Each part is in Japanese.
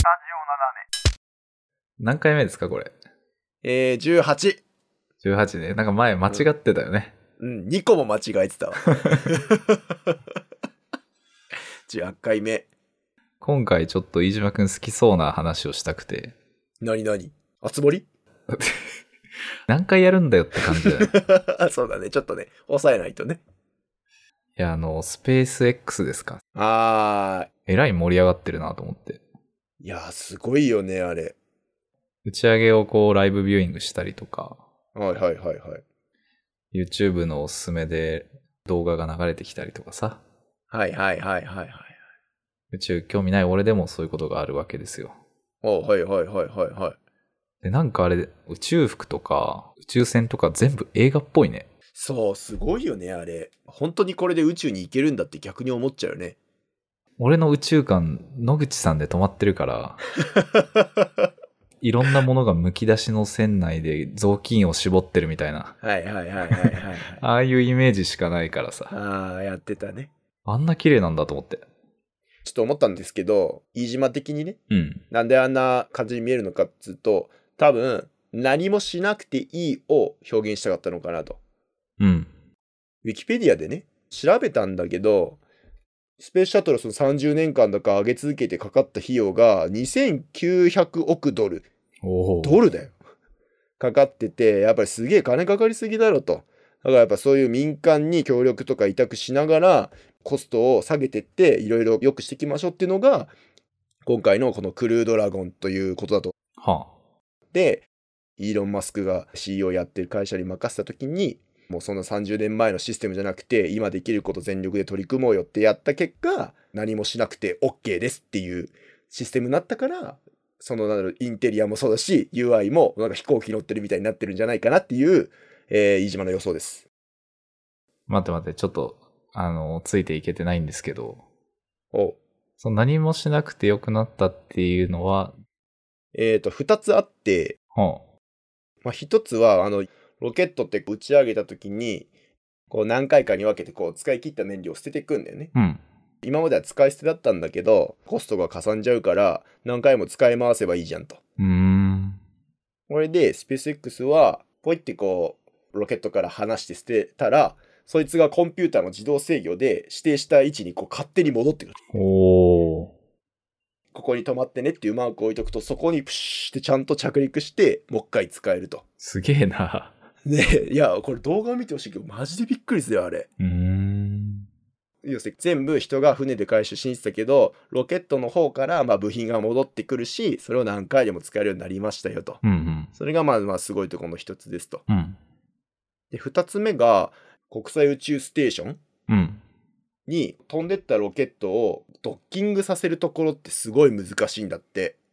何回目ですかこれ。 18。 18ね。なんか前間違ってたよね。 2個も間違えてたわ。18回目。 今回ちょっと飯島くん好きそうな話をしたくて。 何あつ森何回やるんだよって感じだよね。 そうだね。ちょっとね、抑えないとね。 いや、スペース X ですか。 あえらい盛り上がってるなと思って。 いやー、すごいよね、あれ。 打ち上げをこうライブビューイングしたりとか、 はい。 YouTube のおすすめで動画が流れてきたりとかさ。 はい。 宇宙興味ない俺でもそういうことがあるわけですよ。 はい。 で、なんかあれ、宇宙服とか宇宙船とか全部映画っぽいね。 そう、すごいよね、あれ。本当にこれで宇宙に行けるんだって逆に思っちゃうよね。 俺の宇宙館、野口さんで止まってるから、いろんなものがむき出しの船内で雑巾を絞ってるみたいな。 はい。 ああいうイメージしかないからさ。 やってたね。 あんな綺麗なんだと思って。 ちょっと思ったんですけど、飯島的にね、 うん。 なんであんな感じに見えるのかっつうと、多分、何もしなくていいを表現したかったのかなと。 うん。 ウィキペディアでね、調べたんだけど、スペースシャトルその30年間だか上げ続けてかかった費用が2900億ドル。ドルだよ。かかってて、やっぱりすげえ金かかりすぎだろと。だからやっぱそういう民間に協力とか委託しながら、コストを下げてっていろいろ良くしていきましょうっていうのが、今回のこのクルードラゴンということだと。 はあ。 で、イーロン・マスクが CEO やってる会社に任せた時に、もうそんな30年前のシステムじゃなくて、今できること全力で取り組もうよってやった結果、何もしなくて OK ですっていうシステムになったから、そのインテリアもそうだし、UI もなんか飛行機乗ってるみたいになってるんじゃないかなっていう、飯島の予想です。 待って、ちょっと、ついていけてないんですけど、 おその何もしなくてよくなったっていうのは、 2つあって、 はあ、 1つは、ロケットって打ち上げた時に、こう何回かに分けてこう使い切った燃料を捨てていくんだよね。 うん。 今までは使い捨てだったんだけど、コストがかさんじゃうから何回も使い回せばいいじゃんと。これでスペース X はポイってこうロケットから離して捨てたら、そいつがコンピューターの自動制御で指定した位置にこう勝手に戻ってくる。ここに止まってねっていうマークを置いとくと、そこにプシュってちゃんと着陸してもう一回使えると。 すげえな。 ねえ、いやこれ動画見てほしいけどマジでびっくりするよあれ。要するに全部人が船で回収しに行ってたけど、ロケットの方から部品が戻ってくるし、それを何回でも使えるようになりましたよと。それがまあすごいところの一つですと。で、二つ目が国際宇宙ステーションに飛んでったロケットをドッキングさせるところってすごい難しいんだって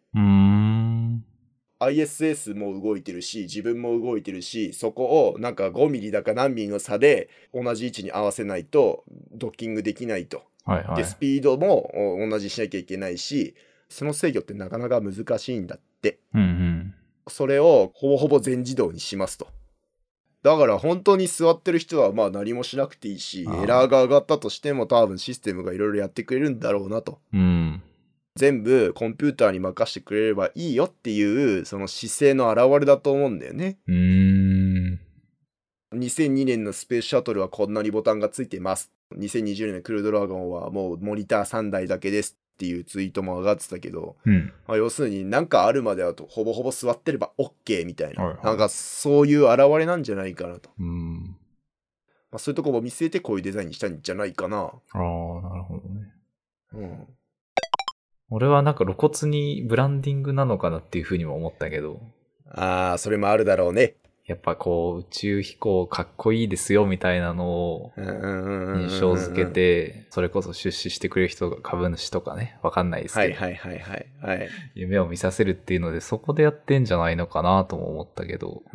。ISS も動いてるし、自分も動いてるし、そこをなんか5ミリだか何ミリの差で同じ位置に合わせないとドッキングできないと。で、スピードも同じしなきゃいけないし、その制御ってなかなか難しいんだって。それをほぼほぼ全自動にしますと。だから本当に座ってる人はまあ何もしなくていいし、エラーが上がったとしても多分システムがいろいろやってくれるんだろうなと。全部コンピューターに任せてくれればいいよっていうその姿勢の表れだと思うんだよね。2002年のスペースシャトルはこんなにボタンがついてます。2020年のクルードラゴンはもうモニター3台だけですっていうツイートも上がってたけど、要するになんかあるまではとほぼほぼ座ってれば OK みたいな、なんかそういう現れなんじゃないかなと。そういうとこも見据えてこういうデザインにしたんじゃないかな。 なるほどね。俺はなんか露骨にブランディングなのかなっていうふうにも思ったけど。 それもあるだろうね。 やっぱこう宇宙飛行かっこいいですよみたいなのを印象づけて、それこそ出資してくれる人が株主とかね、わかんないですけど。夢を見させるっていうので、そこでやってんじゃないのかなとも思ったけど。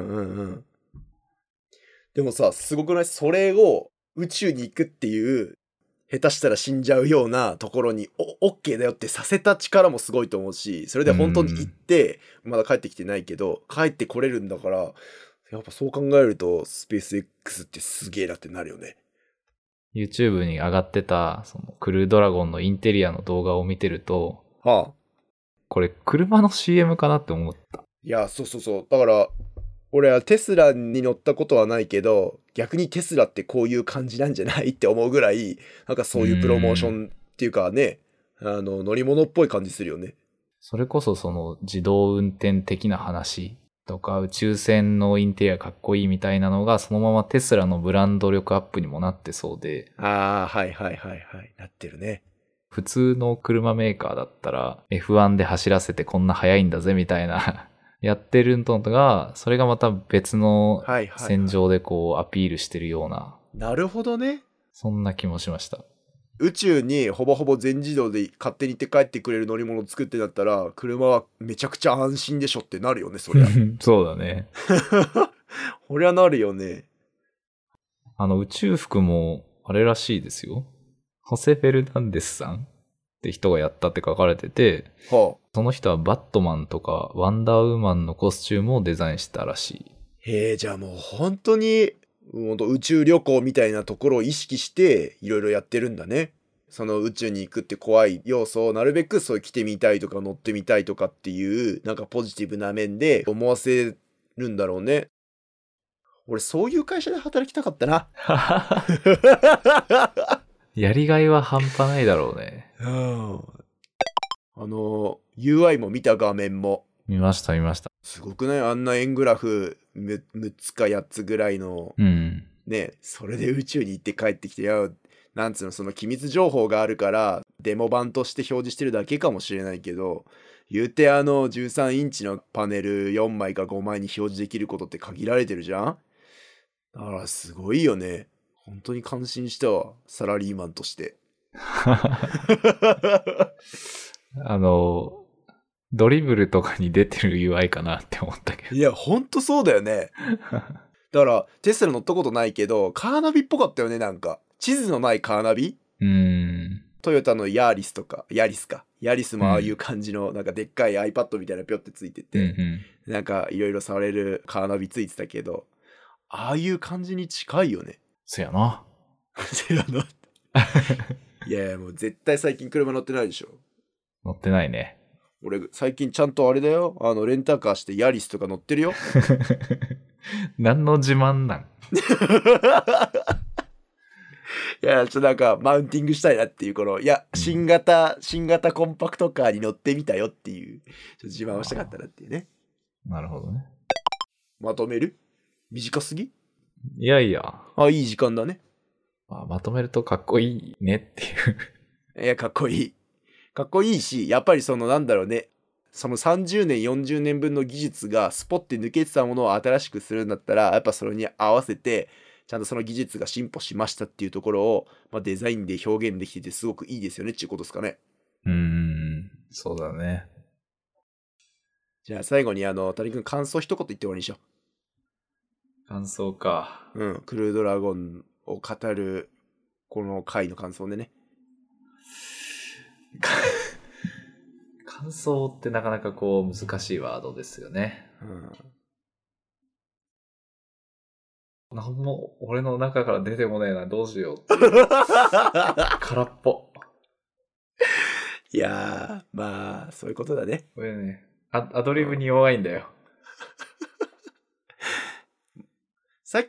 でもさ、すごくない？それを宇宙に行くっていう下手したら死んじゃうようなところにOK だよってさせた力もすごいと思うし、それで本当に行ってまだ帰ってきてないけど帰ってこれるんだから、やっぱそう考えるとスペース X ってすげえなってなるよね。 YouTube に上がってたそのクルードラゴンのインテリアの動画を見てると、 これ車の CM かなって思った。 いや、そうそうそう。だから、俺はテスラに乗ったことはないけど、逆にテスラってこういう感じなんじゃないって思うぐらい、なんかそういうプロモーションっていうかね、乗り物っぽい感じするよね。 それこそその自動運転的な話とか宇宙船のインテリアかっこいいみたいなのがそのままテスラのブランド力アップにもなってそうで。 ああ、はいはいはいはい。なってるね。 普通の車メーカーだったら F1 で走らせてこんな速いんだぜみたいなやってるのが、それがまた別の戦場でこうアピールしてるような。 なるほどね。 そんな気もしました。 宇宙にほぼほぼ全自動で勝手に行って帰ってくれる乗り物を作ってなったら、車はめちゃくちゃ安心でしょってなるよね、そりゃ。 そうだね。 こりゃなるよね。 宇宙服もあれらしいですよ。ホセ・フェルナンデスさんって人がやったって書かれてて、はあ、その人はバットマンとかワンダーウーマンのコスチュームをデザインしたらしい。 へえ、じゃあもう本当に宇宙旅行みたいなところを意識していろいろやってるんだね。その宇宙に行くって怖い要素をなるべくそう着てみたいとか乗ってみたいとかっていうなんかポジティブな面で思わせるんだろうね。俺そういう会社で働きたかったな。 やりがいは半端ないだろうね。 UI も見た画面も。 見ました。 すごくない？あんな円グラフ6つか8つぐらいの。 うん。 ね、それで宇宙に行って帰ってきて、なんつうの、その機密情報があるから、デモ版として表示してるだけかもしれないけど、言うて13インチのパネル4枚か5枚に表示できることって限られてるじゃん？だからすごいよね。本当に感心したわ、サラリーマンとして。 ドリブルとかに出てる UI かなって思ったけど。 いや、ほんとそうだよね。だからテスラ乗ったことないけど、カーナビっぽかったよね、なんか。地図のないカーナビ？トヨタのヤリスもああいう感じの、なんかでっかい iPad みたいなピョってついてて、なんかいろいろ触れるカーナビついてたけど、ああいう感じに近いよね。 そやな。 いやいや、もう絶対最近車乗ってないでしょ。 乗ってないね。 俺最近ちゃんとあれだよ、レンタカーしてヤリスとか乗ってるよ。 何の自慢なん？ いや、なんかマウンティングしたいなっていう、新型コンパクトカーに乗ってみたよっていう、自慢をしたかったなっていうね。 なるほどね。 まとめる？短すぎ？ いやいや。 いい時間だね。 まとめるとかっこいいねっていう。 いや、かっこいい。かっこいいし、やっぱりなんだろうね。その30年、40年分の技術がスポッて抜けてたものを新しくするんだったら、やっぱそれに合わせて、ちゃんとその技術が進歩しましたっていうところを、デザインで表現できててすごくいいですよねっていうことですかね。 そうだね。 じゃあ最後に谷君感想一言言って終わりにしよう。感想か。 クルードラゴンを語るこの回の感想でね。 感想ってなかなかこう難しいワードですよね。なんも俺の中から出てこねえな、どうしようっていう空っぽ。 いやー、まあそういうことだね。 これね、アドリブに弱いんだよ。 最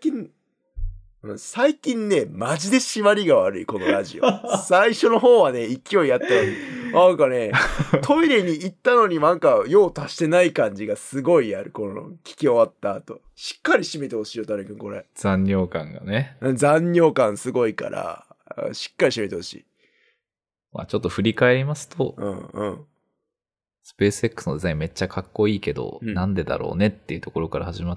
近ね、マジで締まりが悪い、このラジオ。最初の方はね、勢いやったのに、なんかね、トイレに行ったのになんか用足してない感じがすごいある、この聞き終わった後。しっかり締めてほしいよ、誰かこれ。 残尿感がね。 残尿感すごいから、しっかり締めてほしい。 ちょっと振り返りますと、スペース X のデザインめっちゃかっこいいけど、なんでだろうねっていうところから始まって、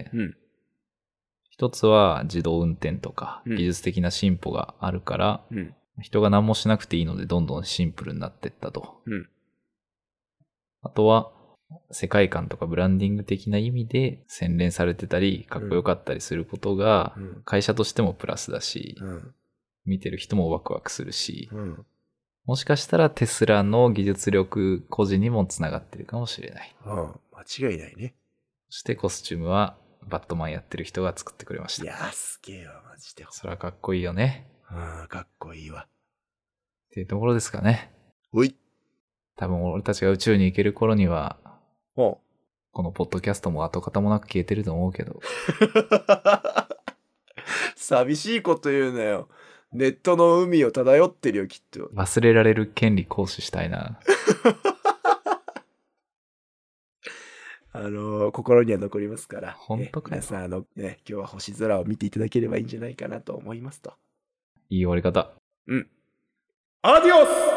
一つは自動運転とか技術的な進歩があるから、人が何もしなくていいのでどんどんシンプルになっていったと。あとは世界観とかブランディング的な意味で洗練されてたりかっこよかったりすることが会社としてもプラスだし、見てる人もワクワクするし、もしかしたらテスラの技術力誇示にもつながってるかもしれない。 間違いないね。 そしてコスチュームはバットマンやってる人が作ってくれました。 いやー、すげえわ、マジで。 それはかっこいいよね。 かっこいいわ。 っていうところですかね。 おい。 多分俺たちが宇宙に行ける頃には、このポッドキャストも跡形もなく消えてると思うけど。 寂しいこと言うなよ。ネットの海を漂ってるよ、きっと。 忘れられる権利行使したいな。 心には残りますから。 本当かよ。 皆さん、今日は星空を見ていただければいいんじゃないかなと思いますと。 いい終わり方。 うん。アディオス